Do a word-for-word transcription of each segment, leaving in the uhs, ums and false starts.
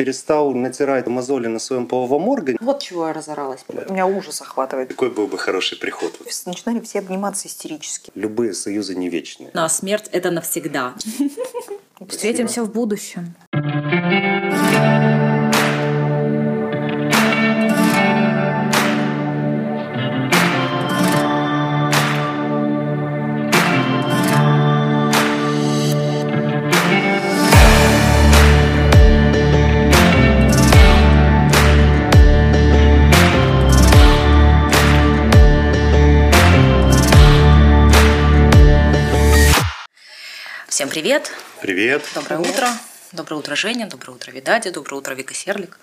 перестал натирать мозоли на своем половом органе. Вот чего я разоралась. Да. Меня ужас охватывает. Какой был бы хороший приход? Начинали все обниматься истерически. Любые союзы не вечные. Но смерть — это навсегда. Встретимся в будущем. Всем привет! Привет! Доброе привет. утро! Доброе утро, Женя! Доброе утро, Видади! Доброе утро, Вика Серлик!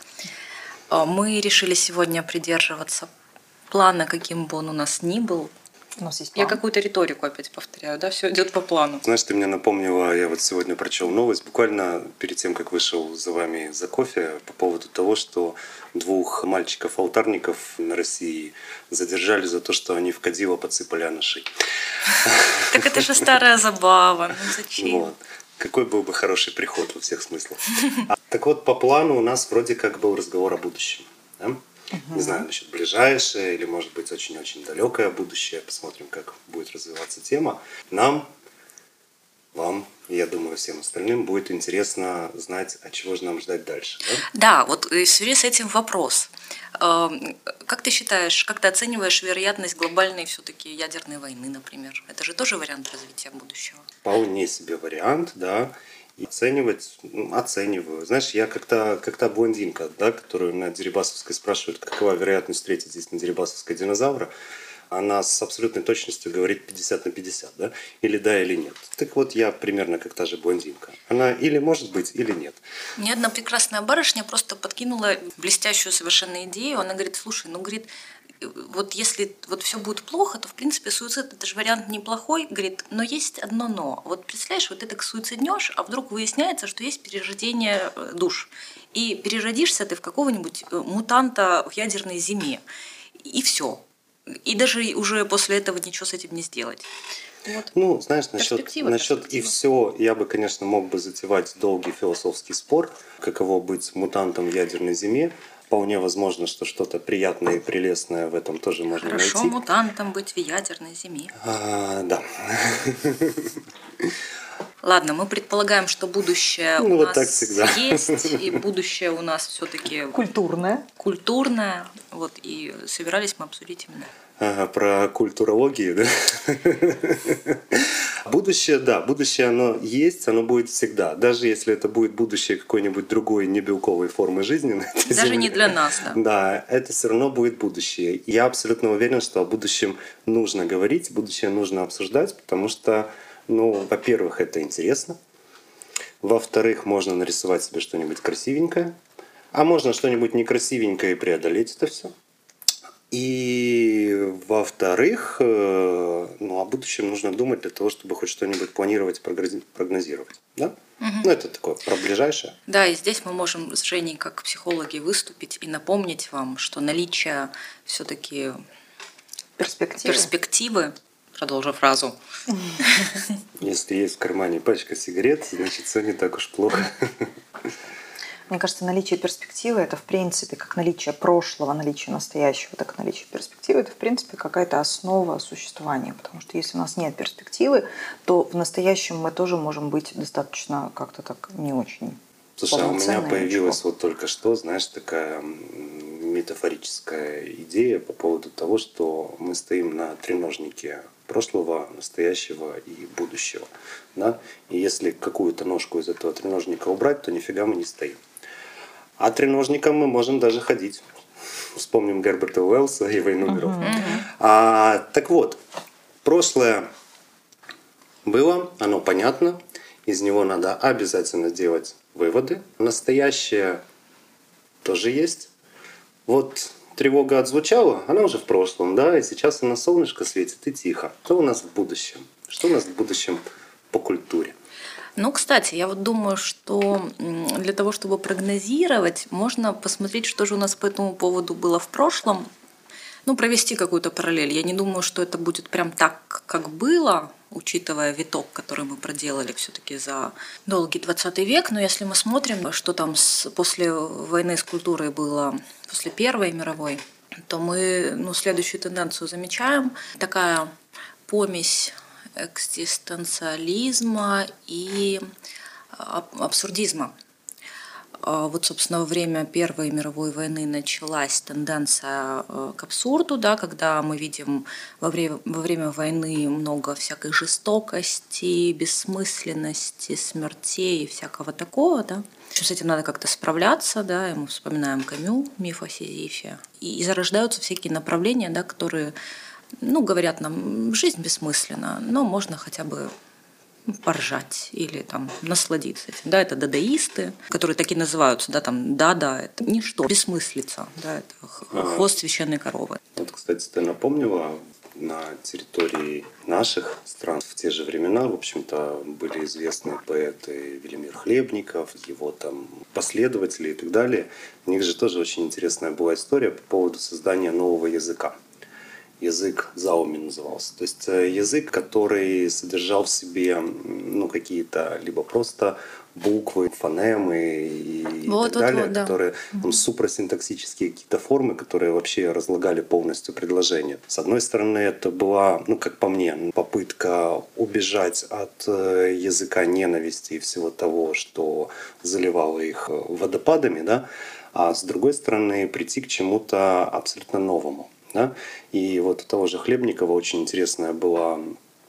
Мы решили сегодня придерживаться плана, каким бы он у нас ни был. У нас есть план. Я какую-то риторику опять повторяю, да? Все идет по плану. Знаешь, ты мне напомнила, я вот сегодня прочел новость, буквально перед тем, как вышел за вами за кофе, по поводу того, что двух мальчиков-алтарников на России задержали за то, что они в кадило подсыпали анаши. Так это же старая забава, ну зачем? Вот. Какой был бы хороший приход во всех смыслах. А, так вот, по плану у нас вроде как был разговор о будущем. Да? Угу. Не знаю, насчет ближайшее или, может быть, очень-очень далекое будущее. Посмотрим, как будет развиваться тема. Нам, вам, и я думаю, всем остальным будет интересно знать, от чего же нам ждать дальше. Да, да, вот в связи с этим вопрос. Как ты считаешь, как ты оцениваешь вероятность глобальной все-таки ядерной войны, например? Это же тоже вариант развития будущего. Вполне себе вариант, да. И оценивать, ну, оцениваю. Знаешь, я как-то, как та блондинка, да, которую на Дерибасовской спрашивают, какова вероятность встретить здесь на Дерибасовской динозавра, она с абсолютной точностью говорит пятьдесят на пятьдесят, да, или да, или нет. Так вот, я примерно как та же блондинка. Она или может быть, или нет. Мне одна прекрасная барышня просто подкинула блестящую совершенно идею. Она говорит, слушай, ну, говорит, вот если вот все будет плохо, то, в принципе, суицид – это же вариант неплохой. Говорит, но есть одно но. Вот представляешь, вот ты так суициднешь, а вдруг выясняется, что есть перерождение душ. И переродишься ты в какого-нибудь мутанта в ядерной зиме. И все. И даже уже после этого ничего с этим не сделать. Вот. Ну, знаешь, насчет, насчет и все, я бы, конечно, мог бы затевать долгий философский спор, каково быть мутантом в ядерной зиме. Вполне возможно, что что-то приятное и прелестное в этом тоже можно Хорошо, найти. Хорошо мутантом быть в ядерной зиме. А, да. Ладно, мы предполагаем, что будущее ну, у вот нас так есть, и будущее у нас все-таки культурное. Культурное. Вот, и собирались мы обсудить именно. Ага, про культурологию, да? Будущее, да, будущее оно есть, оно будет всегда. Даже если это будет будущее какой-нибудь другой небелковой формы жизни. На этой Даже земле, не для нас, да. Да, это все равно будет будущее. Я абсолютно уверен, что о будущем нужно говорить, будущее нужно обсуждать, потому что, ну, во-первых, это интересно. Во-вторых, можно нарисовать себе что-нибудь красивенькое. А можно что-нибудь некрасивенькое и преодолеть это все. И во-вторых, ну, о будущем нужно думать для того, чтобы хоть что-нибудь планировать, прогнозировать. Да? Угу. Ну, это такое про ближайшее. Да, и здесь мы можем с Женей как психологи выступить и напомнить вам, что наличие все-таки перспективы. перспективы, продолжу фразу. Если есть в кармане пачка сигарет, значит, все не так уж плохо. Мне кажется, наличие перспективы – это, в принципе, как наличие прошлого, наличие настоящего, так и наличие перспективы – это, в принципе, какая-то основа существования. Потому что если у нас нет перспективы, то в настоящем мы тоже можем быть достаточно как-то так не очень. Слушай, а у меня появилась вот только что, знаешь, такая метафорическая идея по поводу того, что мы стоим на треножнике прошлого, настоящего и будущего. Да? И если какую-то ножку из этого треножника убрать, то нифига мы не стоим. А треножником мы можем даже ходить. Вспомним Герберта Уэллса и «Войну миров». Uh-huh. А, так вот, прошлое было, оно понятно, из него надо обязательно делать выводы. Настоящее тоже есть. Вот тревога отзвучала, она уже в прошлом, да, и сейчас у нас солнышко светит и тихо. Что у нас в будущем? Что у нас в будущем по культуре? Ну, кстати, я вот думаю, что для того, чтобы прогнозировать, можно посмотреть, что же у нас по этому поводу было в прошлом. ну, провести какую-то параллель. Я не думаю, что это будет прям так, как было, учитывая виток, который мы проделали все-таки за долгий двадцатый век. Но если мы смотрим, что там с, после войны с культурой было, после Первой мировой, то мы ну, следующую тенденцию замечаем. Такая помесь экзистенциализма и абсурдизма. Вот, собственно, во время Первой мировой войны началась тенденция к абсурду, да, когда мы видим во время, во время войны много всякой жестокости, бессмысленности, смертей и всякого такого. Да. С этим надо как-то справляться, да, и мы вспоминаем Камю, миф о Сизифе. И, и зарождаются всякие направления, да, которые ну, говорят нам, жизнь бессмысленна, но можно хотя бы поржать или там насладиться этим. Да, это дадаисты, которые такие называются, да, там, да-да, это ничто, бессмыслица, да, это хвост священной коровы. Вот, кстати, ты напомнила, на территории наших стран в те же времена, в общем-то, были известные поэты Велимир Хлебников, его там последователи и так далее. У них же тоже очень интересная была история по поводу создания нового языка. Язык Зауми назывался. То есть язык, который содержал в себе ну, какие-то либо просто буквы, фонемы и, вот, и так далее, вот, да. которые там, супрасинтаксические какие-то формы, которые вообще разлагали полностью предложение. С одной стороны, это была, ну как по мне, попытка убежать от языка ненависти и всего того, что заливало их водопадами, да, а с другой стороны, прийти к чему-то абсолютно новому. Да? И вот у того же Хлебникова очень интересное было,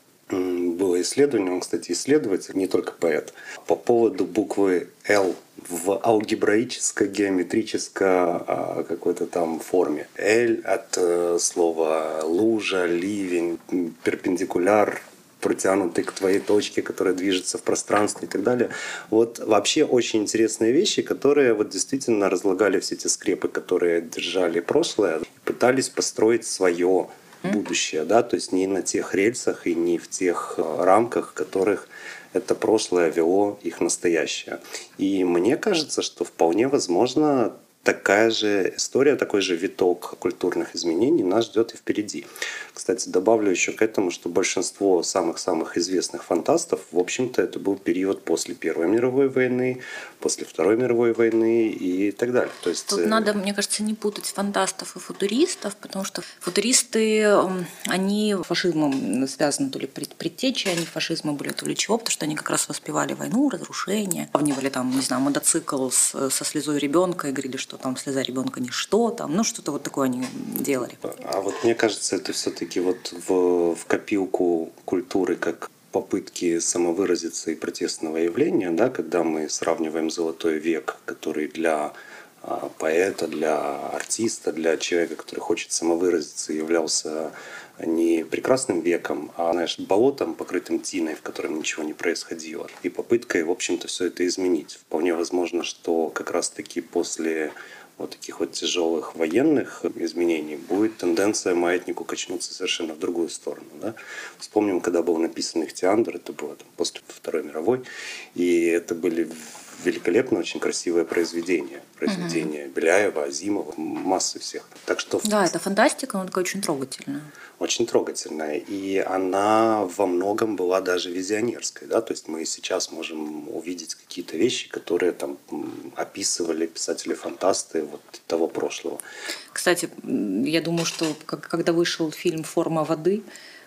было исследование, он, кстати, исследователь, не только поэт, по поводу буквы «Л» в алгебраической, геометрической какой-то там форме. «Л» от слова «лужа», «ливень», «перпендикуляр», протянутый к твоей точке, которая движется в пространстве и так далее. Вот вообще очень интересные вещи, которые вот действительно разлагали все те скрепы, которые держали прошлое, пытались построить свое будущее, да, то есть не на тех рельсах и не в тех рамках, в которых это прошлое вело их настоящее. И мне кажется, что вполне возможно такая же история, такой же виток культурных изменений нас ждет и впереди. Кстати, добавлю еще к этому, что большинство самых-самых известных фантастов, в общем-то, это был период после Первой мировой войны, после Второй мировой войны и так далее. То есть... Тут надо, мне кажется, не путать фантастов и футуристов, потому что футуристы, они фашизмом связаны, то ли предтечи, они фашизма были, то ли чего, потому что они как раз воспевали войну, разрушение, сравнивали там, не знаю, мотоцикл с, со слезой ребенка и говорили, что там слеза ребенка ничто, там, ну что-то вот такое они делали. А вот мне кажется, это все-таки вот в, в копилку культуры как попытки самовыразиться и протестного явления, да, когда мы сравниваем золотой век, который для а, поэта, для артиста, для человека, который хочет самовыразиться, являлся не прекрасным веком, а, знаешь, болотом, покрытым тиной, в котором ничего не происходило. И попыткой, в общем-то, все это изменить. Вполне возможно, что как раз-таки после вот таких вот тяжелых военных изменений будет тенденция маятнику качнуться совершенно в другую сторону. Да? Вспомним, когда был написан «Ихтиандр», это было там, после Второй мировой, и это были великолепно, очень красивое произведение. Произведение угу. Беляева, Азимова, массы всех. Так что, да, это фантастика, она такая очень трогательная. Очень трогательная. И она во многом была даже визионерской. Да? То есть мы сейчас можем увидеть какие-то вещи, которые там описывали писатели-фантасты вот того прошлого. Кстати, я думаю, что когда вышел фильм «Форма воды»,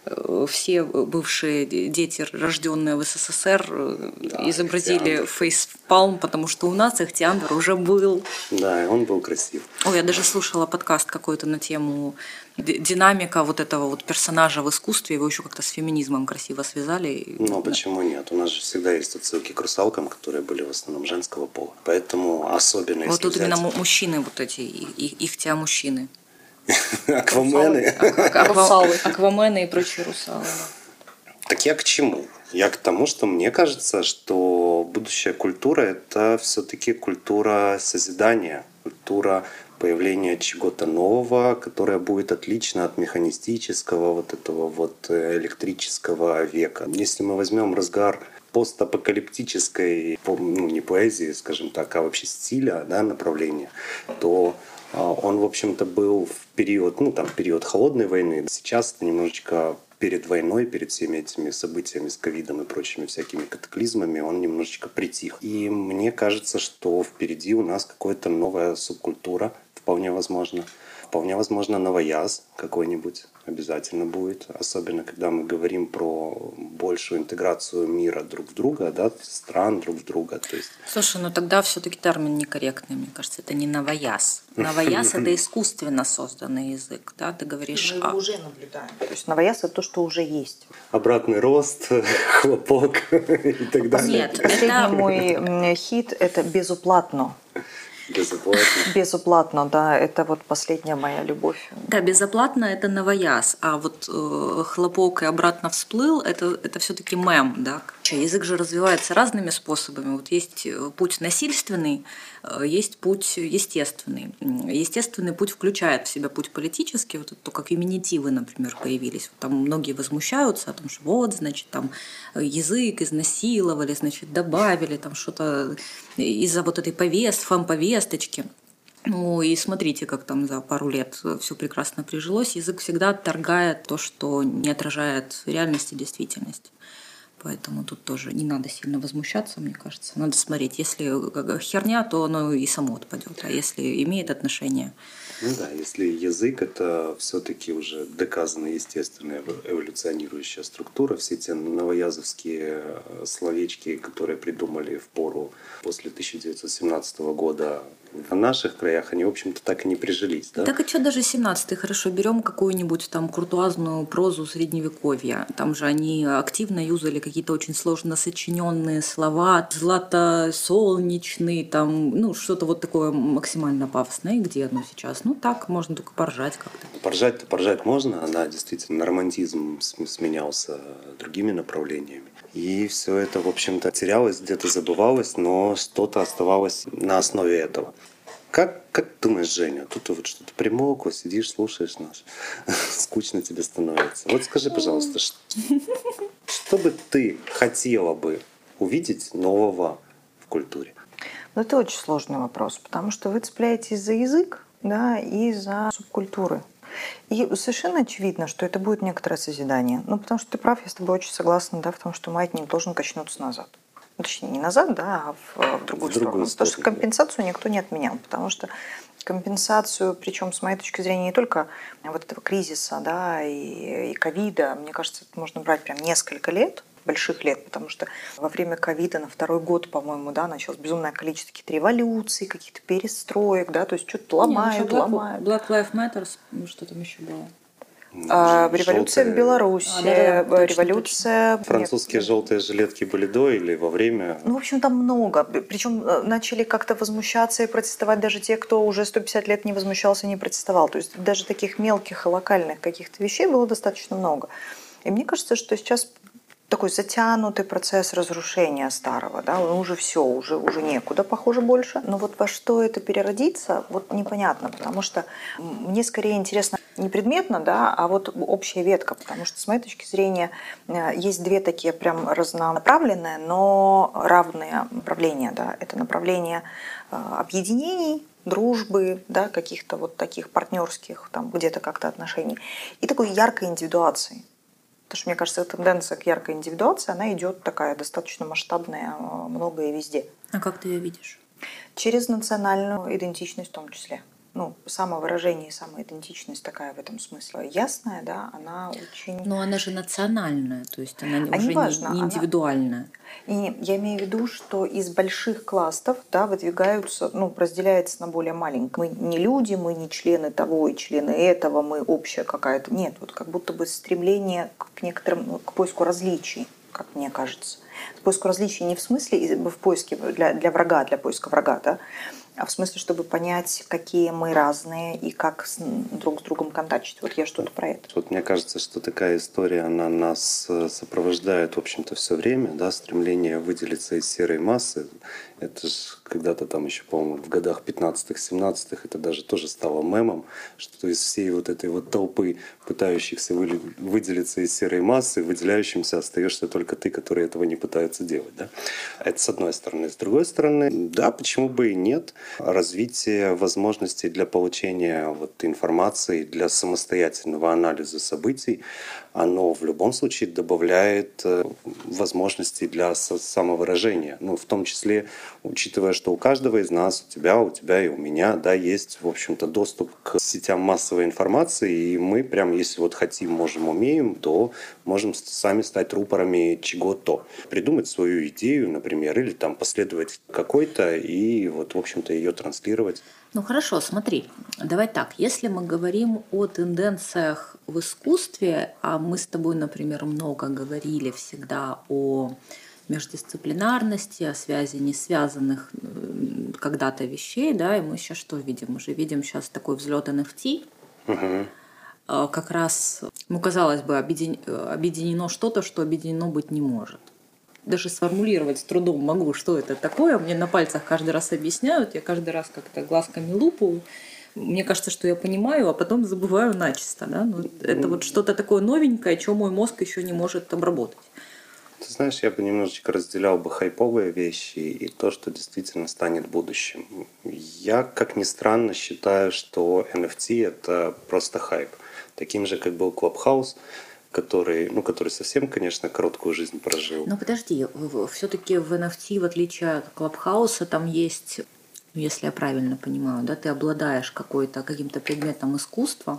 все бывшие дети, рожденные в СССР, да, изобразили фейспалм, потому что у нас Ихтиандр уже был. Да, и он был красив. Ой, я даже слушала подкаст какой-то на тему динамика вот этого вот персонажа в искусстве, его еще как-то с феминизмом красиво связали. Ну, а почему нет? У нас же всегда есть отсылки к русалкам, которые были в основном женского пола. Поэтому особенно вот тут взять... именно мужчины, вот эти, ихтиа-мужчины. Аквамены. Аквамены. Аквамены и прочие русалы. Так я к чему? Я к тому, что мне кажется, что будущая культура – это все-таки культура созидания, культура появления чего-то нового, которое будет отлично от механистического, вот этого вот электрического века. Если мы возьмем разгар постапокалиптической, ну не поэзии, скажем так, а вообще стиля, да, направления, то Он, в общем-то, был в период, ну, там, период холодной войны. Сейчас это немножечко перед войной, перед всеми этими событиями с ковидом и прочими всякими катаклизмами, он немножечко притих. И мне кажется, что впереди у нас какая-то новая субкультура, вполне возможно. Вполне возможно, новояз какой-нибудь обязательно будет. Особенно, когда мы говорим про большую интеграцию мира друг в друга, да, стран друг в друга. То есть... Слушай, ну тогда все-таки термин некорректный, мне кажется, это не новояз. Новояз – это искусственно созданный язык, да, ты говоришь... Мы его уже наблюдаем. То есть новояз – это то, что уже есть. Обратный рост, хлопок и так далее. Нет, Последний это... мой хит – это «Безуплатно». Безуплатно. Безуплатно, да, это вот последняя моя любовь. Да, безоплатно это новояз, а вот э, хлопок и обратно всплыл это, это все-таки мем, да. Язык же развивается разными способами. Вот есть путь насильственный, есть путь естественный. Естественный путь включает в себя путь политический, вот то, как феминитивы, например, появились. Там многие возмущаются о том, что вот, значит, там язык изнасиловали, значит, добавили там что-то из-за вот этой повест, фем-повесточки. Ну и смотрите, как там за пару лет все прекрасно прижилось. Язык всегда отторгает то, что не отражает реальность и действительность. Поэтому тут тоже не надо сильно возмущаться, мне кажется. Надо смотреть. Если херня, то оно и само отпадет. А если имеет отношение... Ну да, если язык — это все-таки уже доказанная естественная эволюционирующая структура, все те новоязовские словечки, которые придумали в пору после тысяча девятьсот семнадцатого года в наших краях, они, в общем-то, так и не прижились. Да? Так и что даже семнадцатый? Хорошо, берем какую-нибудь там куртуазную прозу средневековья. Там же они активно юзали какие-то очень сложно сочиненные слова, злато-солнечный, там, ну, что-то вот такое максимально пафосное. И где оно сейчас? Ну, так, можно только поржать как-то. Поржать-то поржать можно, она действительно, романтизм сменялся другими направлениями. И все это, в общем-то, терялось, где-то забывалось, но что-то оставалось на основе этого. Как, как думаешь, Женя, тут ты вот что-то примолкла, сидишь, слушаешь нас, скучно тебе становится. Вот скажи, пожалуйста, что, что бы ты хотела бы увидеть нового в культуре? Ну, это очень сложный вопрос, потому что вы цепляетесь за язык, да, и за субкультуры. И совершенно очевидно, что это будет некоторое созидание. Ну, потому что ты прав, я с тобой очень согласна, да, в том, что маятник должен качнуться назад. Ну, точнее, не назад, да, а в, в другую в сторону. другую Потому сторону. что компенсацию никто не отменял. Потому что компенсацию, причем с моей точки зрения, не только вот этого кризиса, да, и, и ковида, мне кажется, это можно брать прям несколько лет, больших лет, потому что во время ковида на второй год, по-моему, да, началось безумное количество каких-то революций, каких-то перестроек, да, то есть что-то ломают, Не, ну, ломают. Black Lives Matter, что там еще было? А, революция в Беларуси, А, да, да, точно, революция... Французские Нет. желтые жилетки были до или во время? Ну, в общем, там много. Причем начали как-то возмущаться и протестовать даже те, кто уже сто пятьдесят лет не возмущался и не протестовал. То есть даже таких мелких и локальных каких-то вещей было достаточно много. И мне кажется, что сейчас такой затянутый процесс разрушения старого, да, ну, уже все, уже, уже некуда, похоже, больше. Но вот во что это переродится, вот непонятно, потому что мне скорее интересно не предметно, да, а вот общая ветка, потому что с моей точки зрения есть две такие прям разнонаправленные, но равные направления, да, это направление объединений, дружбы, да, каких-то вот таких партнерских там где-то как-то отношений и такой яркой индивидуации. Потому что, мне кажется, тенденция к яркой индивидуации, она идет такая достаточно масштабная, много и везде. А как ты ее видишь? Через национальную идентичность в том числе. Ну, самовыражение и самоидентичность такая в этом смысле ясная, да, она очень... Но она же национальная, то есть она а уже не, важно, не, не индивидуальная. Она... И я имею в виду, что из больших кластов, да, выдвигаются, ну, разделяется на более маленькие. Мы не люди, мы не члены того и члены этого, мы общая какая-то... Нет, вот как будто бы стремление к некоторым, к поиску различий, как мне кажется. К поиску различий не в смысле в поиске для, для врага, для поиска врага, да, а в смысле, чтобы понять, какие мы разные и как с, друг с другом контактить. Вот я что-то про это. Вот мне кажется, что такая история, она нас сопровождает, в общем-то, все время, да, стремление выделиться из серой массы. Это же когда-то там еще, по-моему, в годах пятнадцатых-семнадцатых это даже тоже стало мемом, что из всей вот этой вот толпы, пытающихся вы- выделиться из серой массы, выделяющимся остаешься только ты, который этого не пытается делать. Да? Это с одной стороны. С другой стороны, да, почему бы и нет. Развитие возможностей для получения вот информации, для самостоятельного анализа событий, оно в любом случае добавляет э, возможностей для со- самовыражения. Ну, в том числе, учитывая, что у каждого из нас, у тебя, у тебя и у меня, да, есть, в общем-то, доступ к сетям массовой информации, и мы прям, если вот хотим, можем, умеем, то можем с- сами стать рупорами чего-то. Придумать свою идею, например, или там последовать какой-то, и вот, в общем-то, ее транслировать. Ну хорошо, смотри, давай так, если мы говорим о тенденциях в искусстве, а мы с тобой, например, много говорили всегда о междисциплинарности, о связи не связанных м, когда-то вещей, да, и мы сейчас что видим? Мы же видим сейчас такой взлет эн эф ти, Мгм. а, как раз, ну, казалось бы, объедин- объединено что-то, что объединено быть не может. Даже сформулировать с трудом могу, что это такое. Мне на пальцах каждый раз объясняют, я каждый раз как-то глазками лупаю. Мне кажется, что я понимаю, а потом забываю начисто. Да? Ну, это вот что-то такое новенькое, что мой мозг еще не может обработать. Ты знаешь, я бы немножечко разделял бы хайповые вещи и то, что действительно станет будущим. Я, как ни странно, считаю, что эн эф ти — это просто хайп. Таким же, как был Clubhouse, который, ну, который совсем, конечно, короткую жизнь прожил. Но подожди, все-таки в эн эф ти, в отличие от Клабхауса, там есть, ну, если я правильно понимаю, да, ты обладаешь какой-то, каким-то предметом искусства,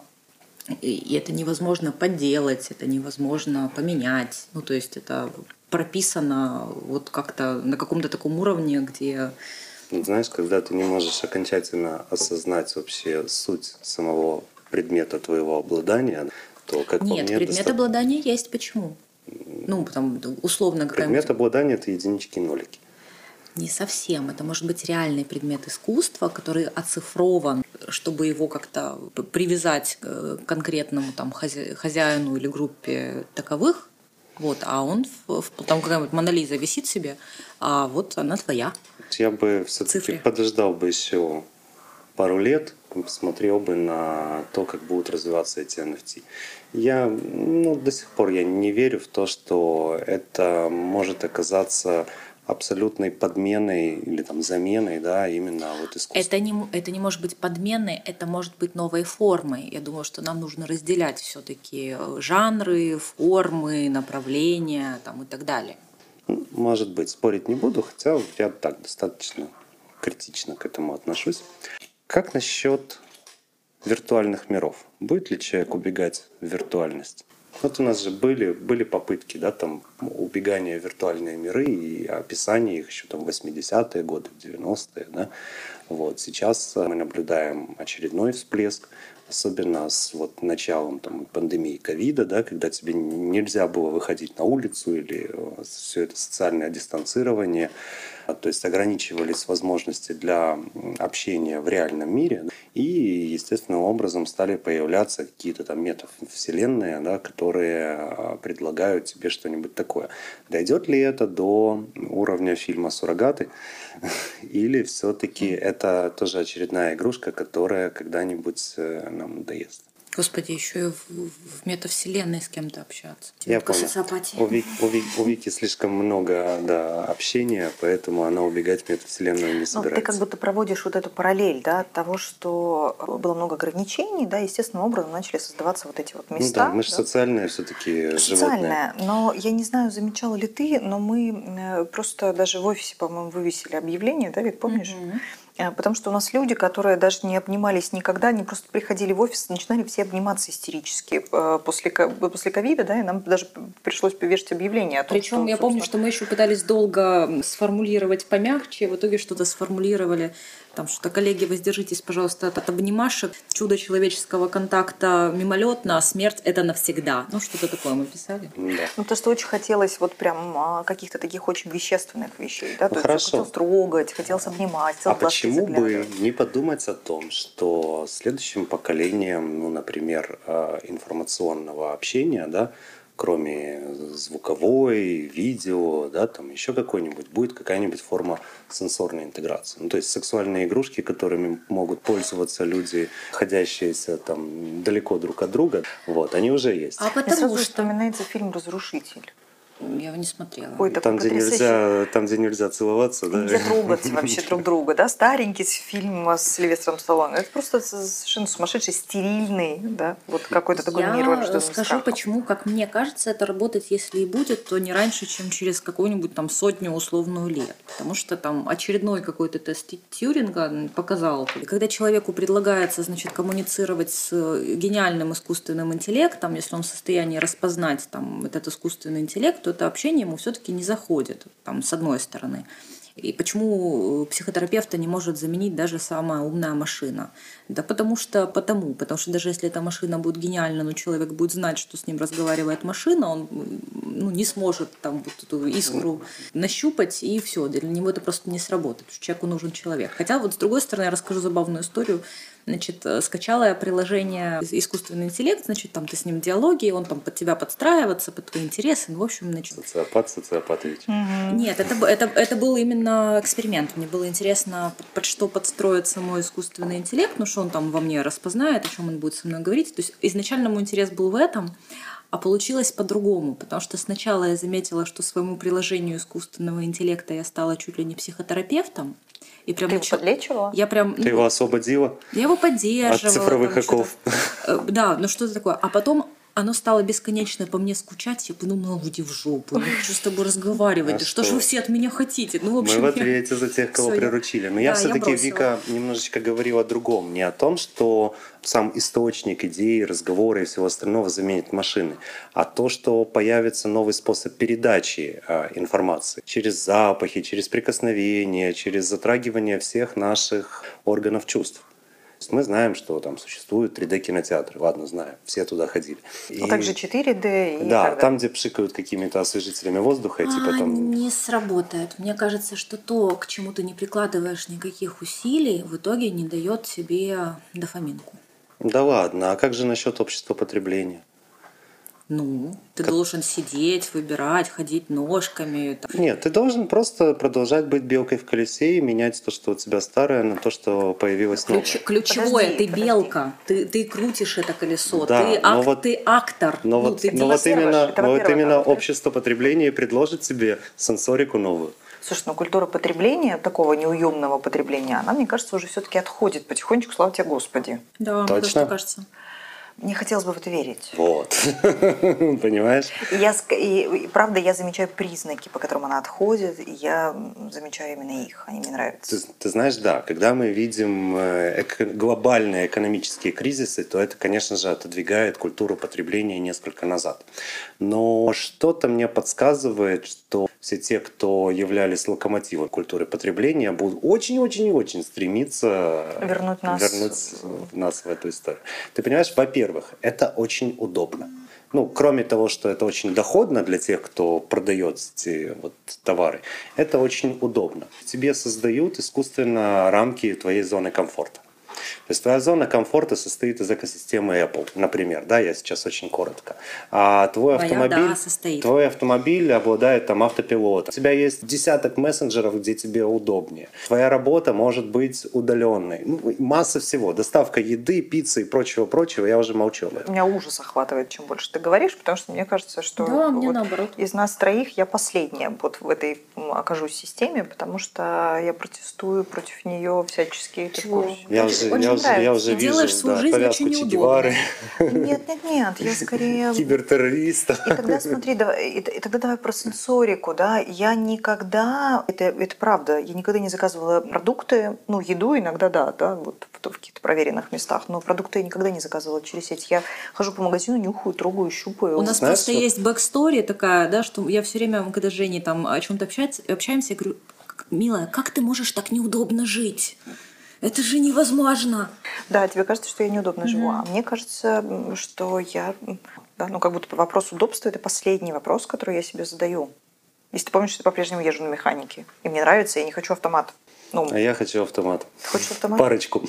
и и это невозможно подделать, это невозможно поменять. Ну, то есть это прописано вот как-то на каком-то таком уровне, где... Ну, знаешь, когда ты не можешь окончательно осознать вообще суть самого предмета твоего обладания, то, как по Нет, мне, предмет доста- обладания есть. Почему? Ну, там, условно, какая-нибудь... предмет обладания — это единички и нолики. Не совсем. Это может быть реальный предмет искусства, который оцифрован, чтобы его как-то привязать к конкретному там, хозя- хозяину или группе таковых. Вот, а он, в, в- там какая-нибудь Мона Лиза висит себе, а вот она твоя. Я бы все-таки Цифре. подождал бы еще пару лет, посмотрел бы на то, как будут развиваться эти эн эф ти. Я, ну, до сих пор я не верю в то, что это может оказаться абсолютной подменой или там заменой, да, именно вот искусства. Это не, м- это не может быть подменой, это может быть новой формой. Я думаю, что нам нужно разделять все-таки жанры, формы, направления там, и так далее. Ну, может быть, спорить не буду, хотя я так достаточно критично к этому отношусь. Как насчет виртуальных миров? Будет ли человек убегать в виртуальность? Вот у нас же были, были попытки, да, там, убегания в виртуальные миры и описание их еще там в восьмидесятые годы, в девяностые. Да? Вот. Сейчас мы наблюдаем очередной всплеск, особенно с вот началом там, пандемии ковида, да, когда тебе нельзя было выходить на улицу или все это социальное дистанцирование. То есть ограничивались возможности для общения в реальном мире. И естественным образом стали появляться какие-то там метавселенные, да, которые предлагают тебе что-нибудь такое. Дойдет ли это до уровня фильма «Суррогаты»? Или все-таки это тоже очередная игрушка, которая когда-нибудь нам надоест? Господи, еще и в, в метавселенной с кем-то общаться. Я Минутка понял. социопатии. У, Ви- у Ви- у Вики слишком много, да, общения, поэтому она убегать в метавселенную не Ну, собирается. ты как будто проводишь вот эту параллель, да, от того, что было много ограничений, да, естественным образом начали создаваться вот эти вот Ну места. да, мы же да. социальные все-таки животные. Социальная, но я не знаю, замечала ли ты, но мы э, просто даже в офисе, по-моему, вывесили объявление, да, ведь помнишь? Мгм. Э, Потому что у нас люди, которые даже не обнимались никогда, они просто приходили в офис, начинали все обниматься истерически э, после, ко- после ковида, да, и нам даже пришлось повешать объявление о том, Причем что, я помню, собственно, что мы еще пытались долго сформулировать помягче, в итоге что-то сформулировали, там что-то, коллеги, воздержитесь, пожалуйста, от обнимашек, чудо человеческого контакта мимолетно, а смерть — это навсегда. Ну, что-то такое мы писали. Да. Ну, потому что очень хотелось вот прям а, каких-то таких очень вещественных вещей, да, Ну, то хорошо. есть хотелось трогать, хотелось обнимать, А хотелось в глазки почему бы заглядывать. не подумать о том, что следующим поколением, ну, например, э, информационного общения, да, кроме звуковой, видео, да, там еще какой-нибудь, будет какая-нибудь форма сенсорной интеграции. Ну, то есть сексуальные игрушки, которыми могут пользоваться люди, находящиеся там далеко друг от друга, вот, они уже есть. А Мне потому сразу что... вспоминается фильм «Разрушитель». Я его не смотрела. Ой, такой Там, где потрясающий. нельзя, там, где нельзя целоваться, да? Нельзя трогать вообще друг друга, да, старенький фильм с Сильвестром Сталлоне. Это просто совершенно сумасшедший, стерильный, да, вот какой-то такой мир Я рожденный скажу, страхом. почему, как мне кажется, это работает, если и будет, то не раньше, чем через какую-нибудь там сотню условную лет. Потому что там очередной какой-то тест Тьюринга показал, когда человеку предлагается, значит, коммуницировать с гениальным искусственным интеллектом, если он в состоянии распознать там этот искусственный интеллект, то это общение ему все-таки не заходит, там, с одной стороны. И почему психотерапевта не может заменить даже самая умная машина? Да потому что, потому, потому что даже если эта машина будет гениальна, но человек будет знать, что с ним разговаривает машина, он ну, не сможет там вот эту искру нащупать, и все, для него это просто не сработает, потому что человеку нужен человек. Хотя вот с другой стороны, я расскажу забавную историю. Значит, скачала я приложение «Искусственный интеллект», значит, там ты с ним в диалоге, он там под тебя подстраивается, под твои интересы, ну, в общем, значит... Социопат, социопат ведь. Мгм. Нет, это, б- это, это был именно эксперимент. Мне было интересно, под, под что подстроится мой искусственный интеллект, ну, что он там во мне распознает, о чем он будет со мной говорить. То есть изначально мой интерес был в этом, а получилось по-другому, потому что сначала я заметила, что своему приложению искусственного интеллекта я стала чуть ли не психотерапевтом. И прям Ты его начала- подлечивала? Я прям... Ты ну, его освободила я его поддерживала. от цифровых там что-то. оков. Э, Да, ну что-то такое. А потом оно стало бесконечно по мне скучать. Я подумала, уйди в жопу, я хочу с тобой разговаривать. А Да что что? же вы все от меня хотите? Ну, в общем, Мы в я- ответе за тех, кого Всё, я- приручили. Но Да, я я все-таки, бросила. Вика, немножечко говорил о другом. Не о том, что сам источник идей, разговора и всего остального заменит машины, а то, что появится новый способ передачи а, информации через запахи, через прикосновения, через затрагивание всех наших органов чувств. То есть мы знаем, что там существуют три дэ-кинотеатры. Ладно, знаем, все туда ходили. А также четыре дэ и Да, так там, далее. где пшикают какими-то освежителями воздуха, и типа А, там... не сработает. Мне кажется, что то, к чему ты не прикладываешь никаких усилий, в итоге не дает тебе дофаминку. Да ладно, а как же насчет общества потребления? Ну, ты должен сидеть, выбирать, ходить ножками. там. Нет, ты должен просто продолжать быть белкой в колесе и менять то, что у тебя старое, на то, что появилось новое. Ключ- ключевое, Подожди, ты подожди. белка, ты, ты крутишь это колесо, Да, ты, но ак- вот- ты актор. Но ну, вот, ты но вот действуешь. именно, это но вот во-первых, именно а во-вторых- общество потребления предложит тебе сенсорику новую. Слушай, ну культура потребления, такого неуемного потребления, она, мне кажется, уже все-таки отходит потихонечку, слава тебе Господи. Да, мне Точно? тоже так кажется. Мне хотелось бы в это верить. Вот. Понимаешь? И, я, ск- и, и правда, я замечаю признаки, по которым она отходит, и я м, замечаю именно их, они мне нравятся. Ты, ты знаешь, да, когда мы видим э, эко- глобальные экономические кризисы, то это, конечно же, отодвигает культуру потребления несколько назад. Но что-то мне подсказывает, что все те, кто являлись локомотивом культуры потребления, будут очень-очень и очень стремиться Вернуть нас. вернуть нас в эту историю. Ты понимаешь, во-первых, это очень удобно. Ну, кроме того, что это очень доходно для тех, кто продает эти вот товары, это очень удобно. Тебе создают искусственно рамки твоей зоны комфорта. То есть твоя зона комфорта состоит из экосистемы Apple, например, да, я сейчас очень коротко. А твой Моя, автомобиль, да, состоит. твой автомобиль обладает там автопилотом. У тебя есть десяток мессенджеров, где тебе удобнее. Твоя работа может быть удаленной. Ну, масса всего. Доставка еды, пиццы и прочего-прочего. Я уже молчу об этом. Меня ужас охватывает, чем больше ты говоришь, потому что мне кажется, что Да, мне вот наоборот. из нас троих я последняя вот в этой м, окажусь системе, потому что я протестую против нее всячески. Чего? Я Очень- уже, очень я уже, нравится. я уже Ты вижу делаешь свою да, жизнь повязку очень Че неудобно. Гевары, Нет, нет, нет, я скорее... кибертеррориста. И тогда смотри, давай, и, и тогда давай про сенсорику, да. Я никогда, это, это правда, я никогда не заказывала продукты, ну, еду иногда, да, да, вот в, в каких-то проверенных местах, но продукты я никогда не заказывала через сеть. Я хожу по магазину, нюхаю, трогаю, щупаю. У нас Знаешь, просто что- есть бэкстори такая, да, что я все время, когда с Женей там о чем-то общаемся, общаемся, я говорю, милая, как ты можешь так неудобно жить? Это же невозможно. Да, тебе кажется, что я неудобно живу, а мне кажется, м, что я, м, да, ну, как будто вопрос удобства – это последний вопрос, который я себе задаю. Если ты помнишь, что я по-прежнему езжу на механике, и мне нравится, я не хочу автомат. Ну, А я хочу автомат. ты хочешь автомат? Парочку.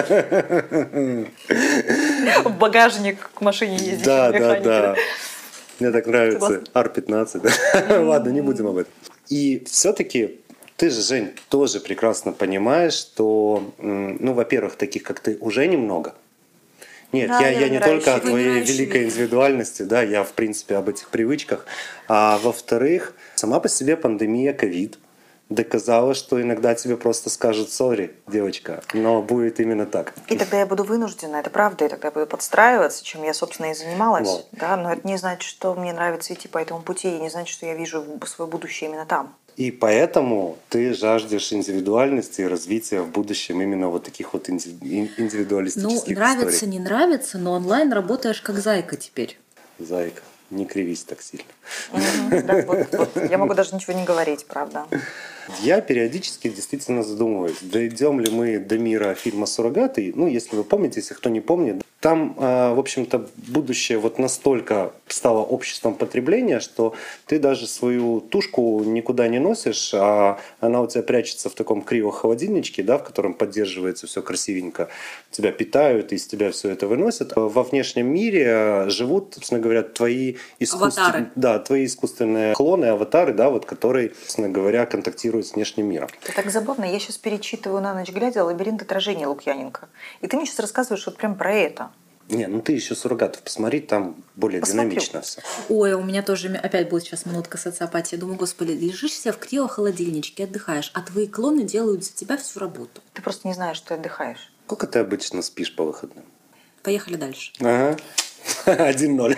В багажник к машине ездить Да, на да, механике. да. Мне так нравится Согласна. ар пятнадцать. Да? Ладно, не будем об этом. И все-таки ты же, Жень, тоже прекрасно понимаешь, что, м, ну, во-первых, таких, как ты, уже немного. Нет, Да, я, я я не только о выбирающий. твоей Выбирающий великой вид. индивидуальности, да, я, в принципе, об этих привычках. А во-вторых, сама по себе пандемия, ковид доказала, что иногда тебе просто скажут «сори, девочка», но будет именно так. И тогда я буду вынуждена, это правда, и тогда я буду подстраиваться, чем я, собственно, и занималась. Вот. Да? Но это не значит, что мне нравится идти по этому пути, и не значит, что я вижу свое будущее именно там. И поэтому ты жаждешь индивидуальности и развития в будущем именно вот таких вот инди- ин- Ну, индивидуалистических нравится, историй. не нравится, но онлайн работаешь как зайка теперь. Зайка, не кривись так сильно. Мгм. Да, вот- вот. Я могу даже ничего не говорить, правда. Я периодически действительно задумываюсь, дойдем ли мы до мира фильма «Суррогаты». Ну, если вы помните, если кто не помнит, там, э, в общем-то, будущее вот настолько стало обществом потребления, что ты даже свою тушку никуда не носишь, а она у тебя прячется в таком криохолодильничке, да, в котором поддерживается все красивенько. Тебя питают, из тебя все это выносят. Во внешнем мире живут, собственно говоря, твои искусственные, Аватары. да, твои искусственные клоны, аватары, да, вот, которые, собственно говоря, контактируют с внешним миром. Это так забавно. Я сейчас перечитываю на ночь глядя «Лабиринт отражения» Лукьяненко. И ты мне сейчас рассказываешь вот прям про это. Не, ну ты еще «Суррогатов» посмотри, там более Посмотрю. динамично все. Ой, у меня тоже ми- опять будет сейчас минутка социопатии. Я думаю, господи, лежишь себе в криохолодильничке, отдыхаешь, а твои клоны делают за тебя всю работу. Ты просто не знаешь, что ты отдыхаешь. Сколько ты обычно спишь по выходным? Поехали дальше. Ага. один ноль.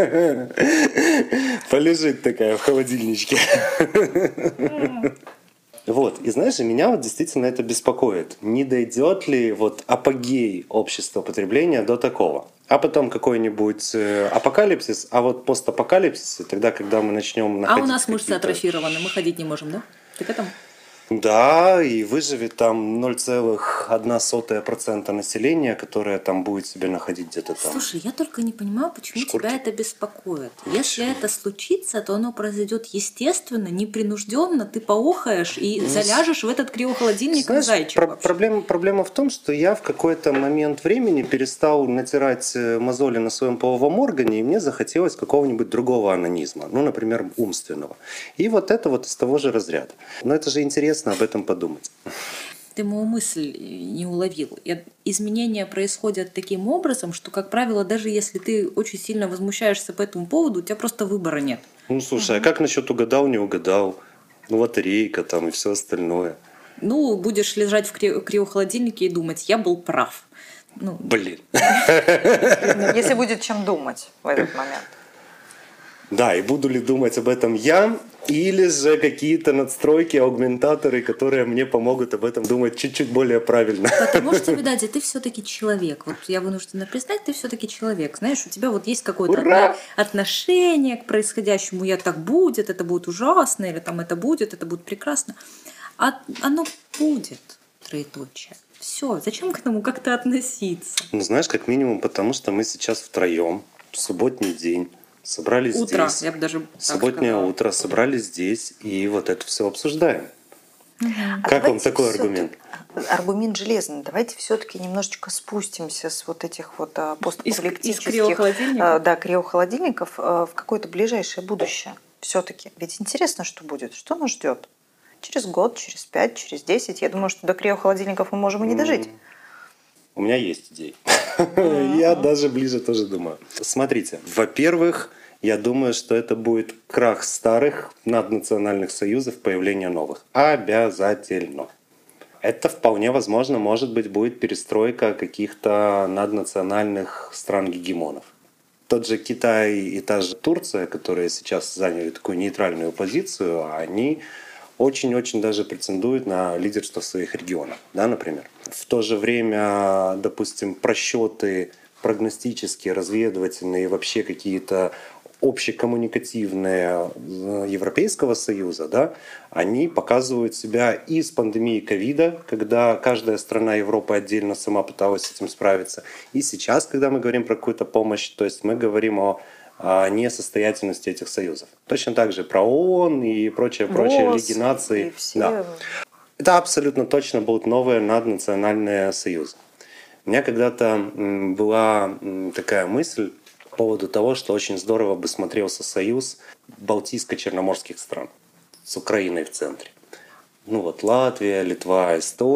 Полежит такая в холодильничке. Вот, и знаешь, и меня вот действительно это беспокоит. Не дойдет ли вот апогей общества потребления до такого? А потом какой-нибудь э, апокалипсис, а вот постапокалипсис, тогда, когда мы начнем А находить у нас мышцы какие-то- атрофированы, мы ходить не можем, да? Ты к этому? Да, и выживет там ноль целых одна сотая процента населения, которое там будет себе находить где-то там. Слушай, я только не понимаю, почему Шкурки. тебя это беспокоит. Если это случится, то оно произойдет естественно, непринужденно, ты поохаешь и заляжешь в этот криохолодильник, как Знаешь, зайчик про- вообще. проблема, проблема в том, что я в какой-то момент времени перестал натирать э, мозоли на своем половом органе, и мне захотелось какого-нибудь другого анонизма, ну, например, умственного. И вот это вот из того же разряда. Но это же интересно об этом подумать. Ты мою мысль не уловил. И изменения происходят таким образом, что, как правило, даже если ты очень сильно возмущаешься по этому поводу, у тебя просто выбора нет. Ну, слушай, а как насчет угадал, не угадал? Ну, лотерейка там и все остальное. Ну, будешь лежать в кри- криохолодильнике и думать, я был прав. Ну, Блин. Если будет чем думать в этот момент. Да, и буду ли думать об этом я, или же какие-то надстройки, аугментаторы, которые мне помогут об этом думать чуть-чуть более правильно. потому что, видать, ты все-таки человек. Вот я вынуждена признать, ты все-таки человек. Знаешь, у тебя вот есть какое-то Ура! отно- отношение к происходящему. Я так будет, это будет ужасно, или там это будет, это будет прекрасно. А оно будет, троеточие. Все, зачем к этому как-то относиться? Ну, знаешь, как минимум, потому что мы сейчас втроем, субботний день, собрались Утро, здесь. я бы даже так Субботнее сказала. утро, собрались здесь и вот это все обсуждаем. А Как вам давайте такой всё-таки- аргумент? Аргумент железный. Давайте все-таки немножечко спустимся с вот этих вот а, постапокалиптических Из криохолодильников? а, да, криохолодильников а, в какое-то ближайшее будущее. Все-таки. Ведь интересно, что будет. Что нас ждет? Через год, через пять, через десять. Я думаю, что до криохолодильников мы можем и не дожить. У меня есть идеи. Я даже ближе тоже думаю. Смотрите, во-первых, я думаю, что это будет крах старых наднациональных союзов, появление новых. Обязательно. Это вполне возможно, может быть, будет перестройка каких-то наднациональных стран-гегемонов. Тот же Китай и та же Турция, которые сейчас заняли такую нейтральную позицию, они очень-очень даже претендуют на лидерство в своих регионах, да, например. В то же время, допустим, просчеты прогностические, разведывательные, вообще какие-то общекоммуникативные Европейского Союза, да, они показывают себя и с пандемией ковида, когда каждая страна Европы отдельно сама пыталась с этим справиться, и сейчас, когда мы говорим про какую-то помощь, то есть мы говорим о о несостоятельности этих союзов. Точно так же про ООН и прочее, прочее, ВОЗ Лиги наций. и все. Да. Это абсолютно точно будут новые наднациональные союзы. У меня когда-то м, была м, такая мысль, по поводу того, что очень здорово бы смотрелся союз Балтийско-Черноморских стран с Украиной в центре. Ну вот Латвия, Литва,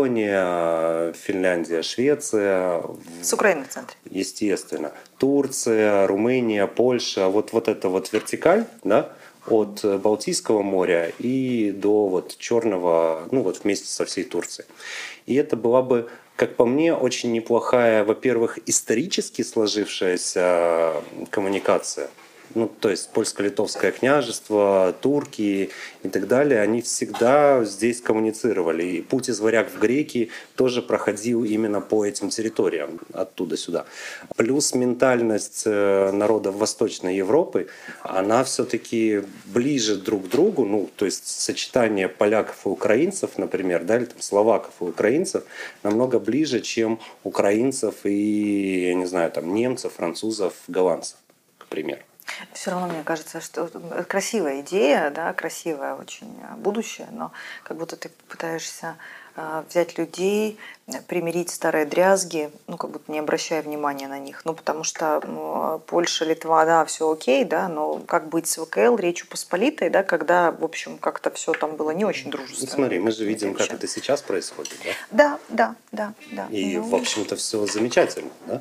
Эстония, Финляндия, Швеция. С Украиной в центре. Естественно. Турция, Румыния, Польша. Вот, вот эта вот вертикаль, да, от Балтийского моря и до вот Черного, ну вот вместе со всей Турцией. И это была бы, как по мне, очень неплохая, во-первых, исторически сложившаяся коммуникация. Ну, то есть польско-литовское княжество, турки и так далее, они всегда здесь коммуницировали. И путь из варяг в греки тоже проходил именно по этим территориям, оттуда сюда. Плюс ментальность народов Восточной Европы, она все-таки ближе друг к другу, ну, то есть сочетание поляков и украинцев, например, да, или там словаков и украинцев, намного ближе, чем украинцев и, я не знаю, там немцев, французов, голландцев, к примеру. Все равно мне кажется, что красивая идея, да, красивое очень будущее, но как будто ты пытаешься взять людей, примирить старые дрязги, ну, как будто не обращая внимания на них. Ну, потому что ну, Польша, Литва, да, все окей, да, но как быть с ВКЛ, Речью Посполитой, да, когда, в общем, как-то все там было не очень дружественно. Ну, смотри, мы же видим, как это сейчас происходит, да? Да, да, да, да. И, ну, в общем-то, все замечательно, да?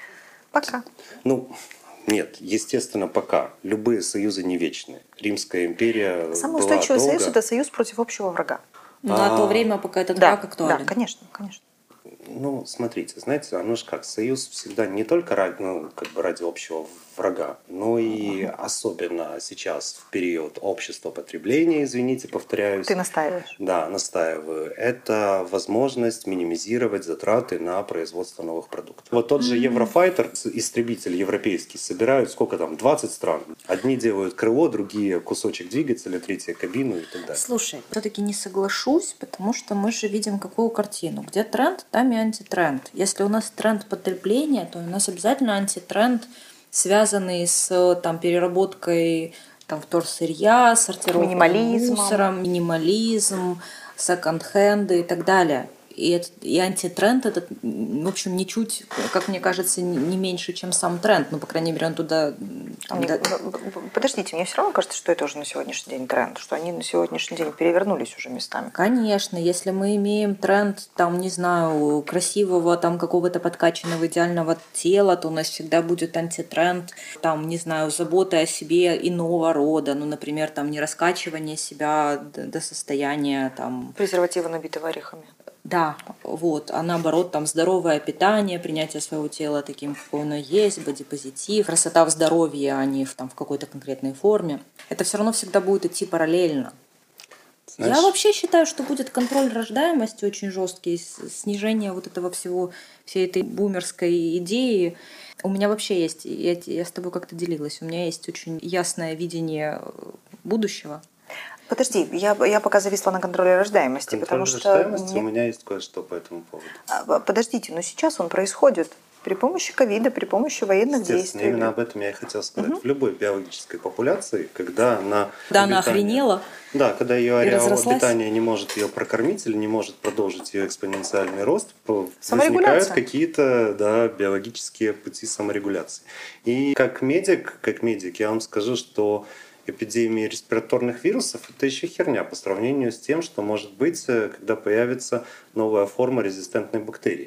Пока. Ну, нет, естественно, пока. Любые союзы не вечные. Римская империя Самый была устойчивый долго. союз – это союз против общего врага. На А. то время, пока этот Да, враг актуален. да, конечно, конечно. Ну, смотрите, знаете, оно же как, союз всегда не только ради, ну, как бы ради общего врага, но и особенно сейчас, в период общества потребления, извините, повторяюсь. Ты настаиваешь. Да, настаиваю. Это возможность минимизировать затраты на производство новых продуктов. Вот тот же Еврофайтер, истребитель европейский, собирают сколько там, двадцать стран. Одни делают крыло, другие кусочек двигателя, третьи кабину и так далее. Слушай, все-таки не соглашусь, потому что мы же видим какую картину. Где тренд, там и антитренд. Если у нас тренд потребления, то у нас обязательно антитренд, связанный с там, переработкой там, вторсырья, сортировкой Минимализмом. мусора, минимализм, секонд-хенды и так далее. И, это, и антитренд этот, в общем, ничуть, как мне кажется, не меньше, чем сам тренд. Ну, по крайней мере, он туда... А мне- да- Подождите, мне все равно кажется, что это уже на сегодняшний день тренд, что они на сегодняшний день перевернулись уже местами. Конечно, если мы имеем тренд, там, не знаю, красивого, там, какого-то подкачанного идеального тела, то у нас всегда будет антитренд, там, не знаю, заботы о себе иного рода, ну, например, там, не раскачивание себя до, до состояния, там, Презервативы, набитые орехами. да, вот, а наоборот, там, здоровое питание, принятие своего тела таким, какое оно есть, бодипозитив, красота в здоровье, а не в, там, в какой-то конкретной форме. Это все равно всегда будет идти параллельно. Знаешь, Я вообще считаю, что будет контроль рождаемости очень жесткий, с- снижение вот этого всего, всей этой бумерской идеи. У меня вообще есть, я, я с тобой как-то делилась, у меня есть очень ясное видение э, будущего. Подожди, я, я пока зависла на контроле рождаемости, контроль потому что... рождаемости, мне- у меня есть кое-что по этому поводу. А, Подождите, но сейчас он происходит при помощи ковида, при помощи военных Естественно, действий. именно об этом я и хотел сказать. В любой биологической популяции, когда она... Да, она обитание- охренела. Да, когда ее И ареал разрослась. обитания не может ее прокормить или не может продолжить ее экспоненциальный рост, по- Саморегуляция. возникают какие-то да, биологические пути саморегуляции. И как медик, как медик, я вам скажу, что эпидемии респираторных вирусов – это еще херня по сравнению с тем, что может быть, э, когда появится новая форма резистентной бактерии.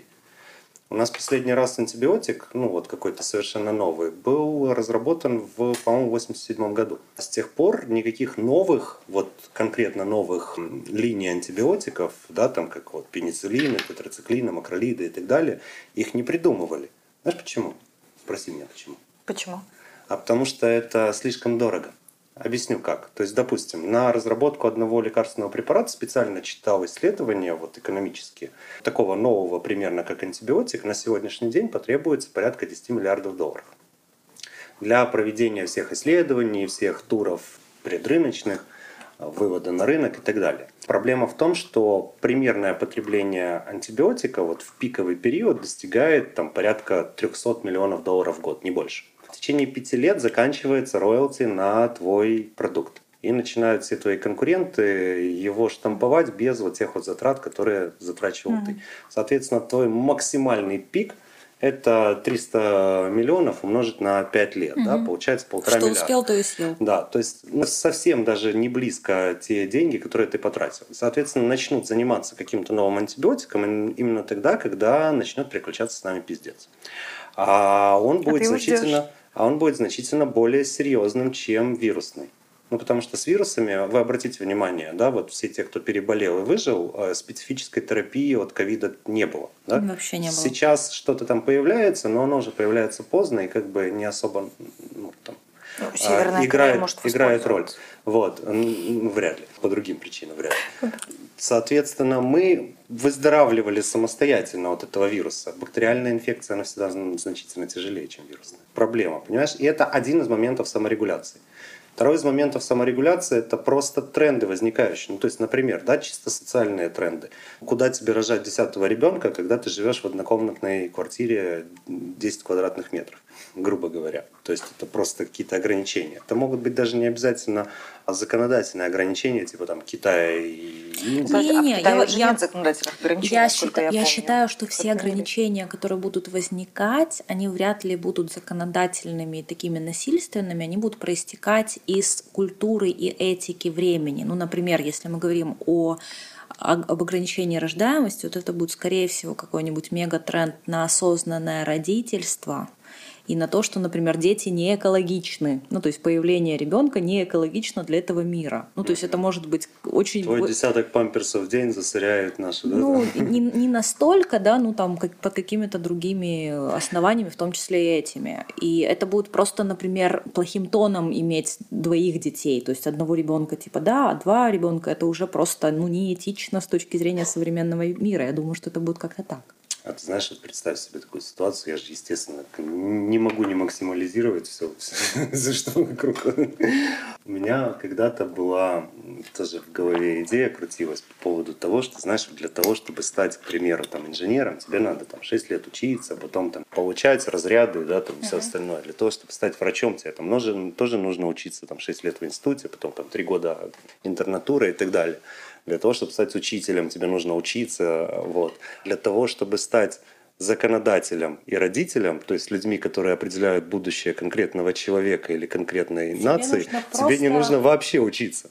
У нас последний раз антибиотик, ну вот какой-то совершенно новый, был разработан в, по-моему, восемьдесят седьмом году. С тех пор никаких новых, вот конкретно новых м, линий антибиотиков, да, там как вот пенициллины, тетрациклины, макролиды и так далее, их не придумывали. Знаешь почему? Спроси меня почему. Почему? А потому что это слишком дорого. Объясню как. То есть, допустим, на разработку одного лекарственного препарата специально читал исследования вот, экономические. Такого нового, примерно как антибиотик, на сегодняшний день потребуется порядка десять миллиардов долларов. Для проведения всех исследований, всех туров предрыночных, вывода на рынок и так далее. Проблема в том, что примерное потребление антибиотика вот, в пиковый период достигает там, порядка триста миллионов долларов в год, не больше. В течение пяти лет заканчивается роялти на твой продукт. И начинают все твои конкуренты его штамповать без вот тех вот затрат, которые затрачивал Мгм. ты. Соответственно, твой максимальный пик – это триста миллионов умножить на пять лет, угу. да, получается полтора что миллиарда. Что успел, то и съел. Да, то есть ну, совсем даже не близко те деньги, которые ты потратил. Соответственно, начнут заниматься каким-то новым антибиотиком именно тогда, когда начнет приключаться с нами пиздец. А он будет а значительно, а он будет значительно более серьезным, чем вирусный. Ну, потому что с вирусами, вы обратите внимание, да, вот все те, кто переболел и выжил, специфической терапии от ковида не было. Да? Вообще не было. Сейчас что-то там появляется, но оно уже появляется поздно и как бы не особо ну, там, ну, Северная играет, Корея может играет роль. Вот, ну, вряд ли, по другим причинам вряд ли. Соответственно, мы выздоравливали самостоятельно от этого вируса. Бактериальная инфекция, она всегда значительно тяжелее, чем вирусная. Проблема, понимаешь? И это один из моментов саморегуляции. Второй из моментов саморегуляции – это просто тренды возникающие. Ну, то есть, например, да, чисто социальные тренды. Куда тебе рожать десятого ребенка, когда ты живешь в однокомнатной квартире десять квадратных метров, грубо говоря. То есть это просто какие-то ограничения. Это могут быть даже не обязательно законодательные ограничения, типа там Китая и Индии. Не, не, я, я, нет законодательных ограничений, я, считаю, я, я помню. считаю, что все ограничения, которые будут возникать, они вряд ли будут законодательными и такими насильственными, они будут проистекать из культуры и этики времени. Ну, например, если мы говорим о об ограничении рождаемости, вот это будет, скорее всего, какой-нибудь мегатренд на осознанное родительство и на то, что, например, дети не экологичны. Ну, то есть появление ребенка не экологично для этого мира. Ну, то есть это может быть очень... Твой десяток памперсов в день засоряет наши... Ну, да? не, не настолько, да, ну, там, как, под какими-то другими основаниями, в том числе и этими. И это будет просто, например, плохим тоном иметь двоих детей. То есть одного ребенка типа да, а два ребенка это уже просто, ну, неэтично с точки зрения современного мира. Я думаю, что это будет как-то так. А ты знаешь, вот представь себе такую ситуацию, я же, естественно, не могу не максимализировать все, за что вокруг. У меня когда-то была тоже в голове идея крутилась по поводу того, что, знаешь, для того, чтобы стать, к примеру, там, инженером, тебе надо там шесть лет учиться, потом там получать разряды, да, там все остальное. Для того, чтобы стать врачом, тебе там тоже нужно учиться там шесть лет в институте, потом там три года интернатуры и так далее. Для того, чтобы стать учителем, тебе нужно учиться. Вот. Для того, чтобы стать законодателем и родителем, то есть людьми, которые определяют будущее конкретного человека или конкретной тебе нации, тебе просто... не нужно вообще учиться.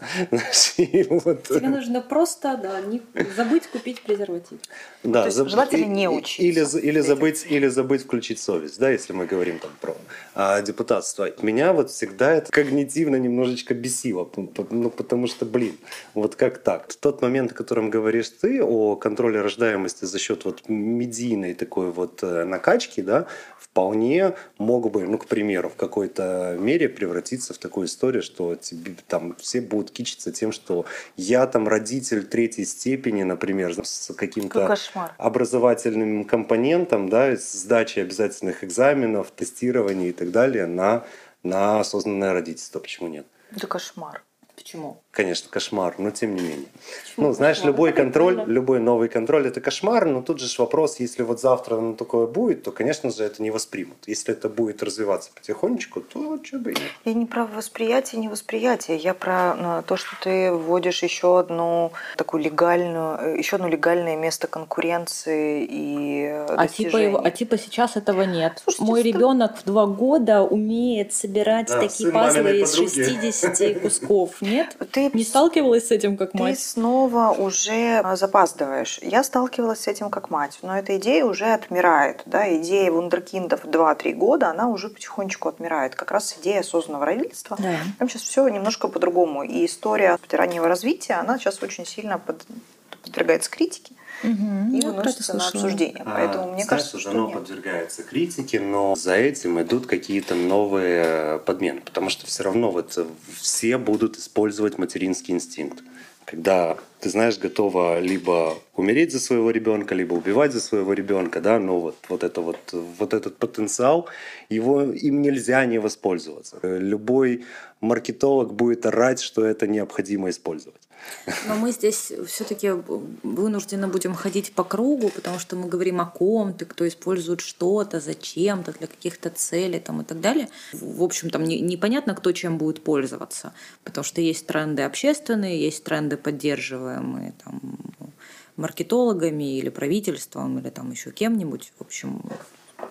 Вот. Тебе нужно просто да, не забыть купить презерватив. Да, то есть заб... желательно не учиться. Или, или, забыть, или забыть включить совесть, да, если мы говорим там про а, депутатство. Меня вот всегда это когнитивно немножечко бесило, ну, потому что, блин, вот как так? В тот момент, о котором говоришь ты, о контроле рождаемости за счет вот медийной такой вот накачки, да, вполне мог бы, ну, к примеру, в какой-то мере превратиться в такую историю, что тебе там все будут кичиться тем, что я там родитель третьей степени, например, с каким-то образовательным компонентом, да, с сдачей обязательных экзаменов, тестирований и так далее на, на осознанное родительство. Почему нет? Это кошмар. Почему? Конечно, кошмар, но тем не менее. Почему ну, знаешь, кошмар? любой Это контроль, прикольно. любой новый контроль – это кошмар, но тут же вопрос, если вот завтра оно такое будет, то, конечно же, это не воспримут. Если это будет развиваться потихонечку, то что бы и нет. Я не про восприятие, не восприятие. Я про ну, то, что ты вводишь еще одну такую легальную, еще одно легальное место конкуренции и а типа, его, а типа сейчас этого нет. Слушайте, Мой что... ребенок в два года умеет собирать да, такие пазлы из шестидесяти кусков. Нет? Ты не сталкивалась с этим как мать? Ты снова уже запаздываешь. Я сталкивалась с этим как мать, но эта идея уже отмирает. Да? Идея вундеркиндов два-три года, она уже потихонечку отмирает. Как раз идея осознанного родительства. Да. Там сейчас все немножко по-другому. И история раннего развития, она сейчас очень сильно под... подвергается критике. Угу, и выносится на обсуждение. А, Поэтому мне знаешь, кажется, уже что оно нет. подвергается критике, но за этим идут какие-то новые подмены, потому что все равно вот все будут использовать материнский инстинкт. Когда ты знаешь, готова либо умереть за своего ребенка, либо убивать за своего ребенка, да, но вот, вот, это вот, вот этот потенциал, его, им нельзя не воспользоваться. Любой маркетолог будет орать, что это необходимо использовать. Но мы здесь все-таки вынуждены будем ходить по кругу, потому что мы говорим о ком-то, кто использует что-то, зачем-то, для каких-то целей там, и так далее. В общем, там не, непонятно, кто чем будет пользоваться, потому что есть тренды общественные, есть тренды, поддерживаемые там, маркетологами или правительством, или там еще кем-нибудь. В общем,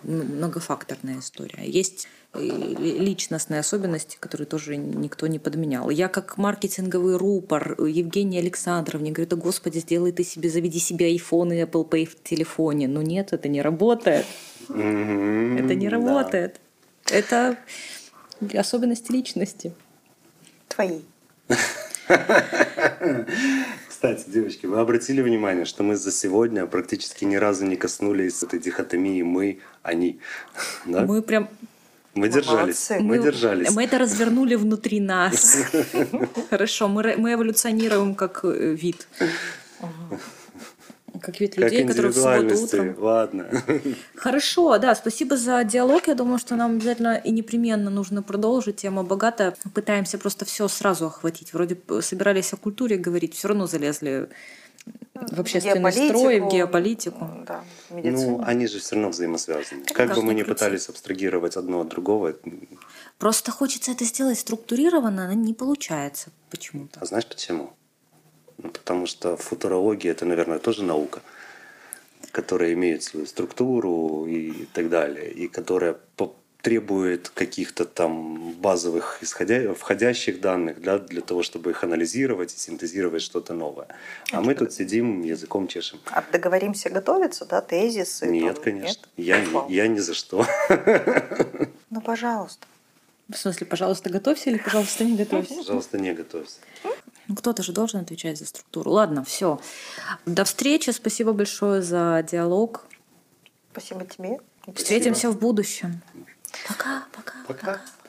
многофакторная история. Есть личностные особенности, которые тоже никто не подменял. Я как маркетинговый рупор Евгении Александровне говорю: да господи, сделай ты себе, заведи себе айфон и Apple Pay в телефоне. Но нет, это не работает. Это не работает. Это особенности личности. Твои. Кстати, девочки, вы обратили внимание, что мы за сегодня практически ни разу не коснулись этой дихотомии «мы», «они». Да? Мы прям... Мы держались, мы, мы держались. Мы это развернули внутри нас. Хорошо, мы, мы эволюционируем как вид. Как вид людей, как которые в субботу утром... Ладно. Хорошо, да, спасибо за диалог. Я думаю, что нам обязательно и непременно нужно продолжить. Тема богатая. Пытаемся просто все сразу охватить. Вроде собирались о культуре говорить, все равно залезли в общественный строй, в геополитику. Да, в ну, они же все равно взаимосвязаны. Как, как бы мы ни пытались абстрагировать одно от другого. Просто хочется это сделать структурированно, но не получается почему-то. А знаешь почему? Ну, потому что футурология — это, наверное, тоже наука, которая имеет свою структуру и так далее, и которая требует каких-то там базовых исходя... входящих данных, да, для того, чтобы их анализировать и синтезировать что-то новое. А мы тут сидим, языком чешем. А договоримся готовиться, да, тезисы? Нет, там, конечно. Нет? Я, не, я ни за что. Ну, пожалуйста. В смысле, пожалуйста, готовься или пожалуйста, не готовься? Пожалуйста, не готовься. Ну, кто-то же должен отвечать за структуру. Ладно, все. До встречи. Спасибо большое за диалог. Спасибо тебе. Встретимся в будущем. Пока, пока, пока. пока.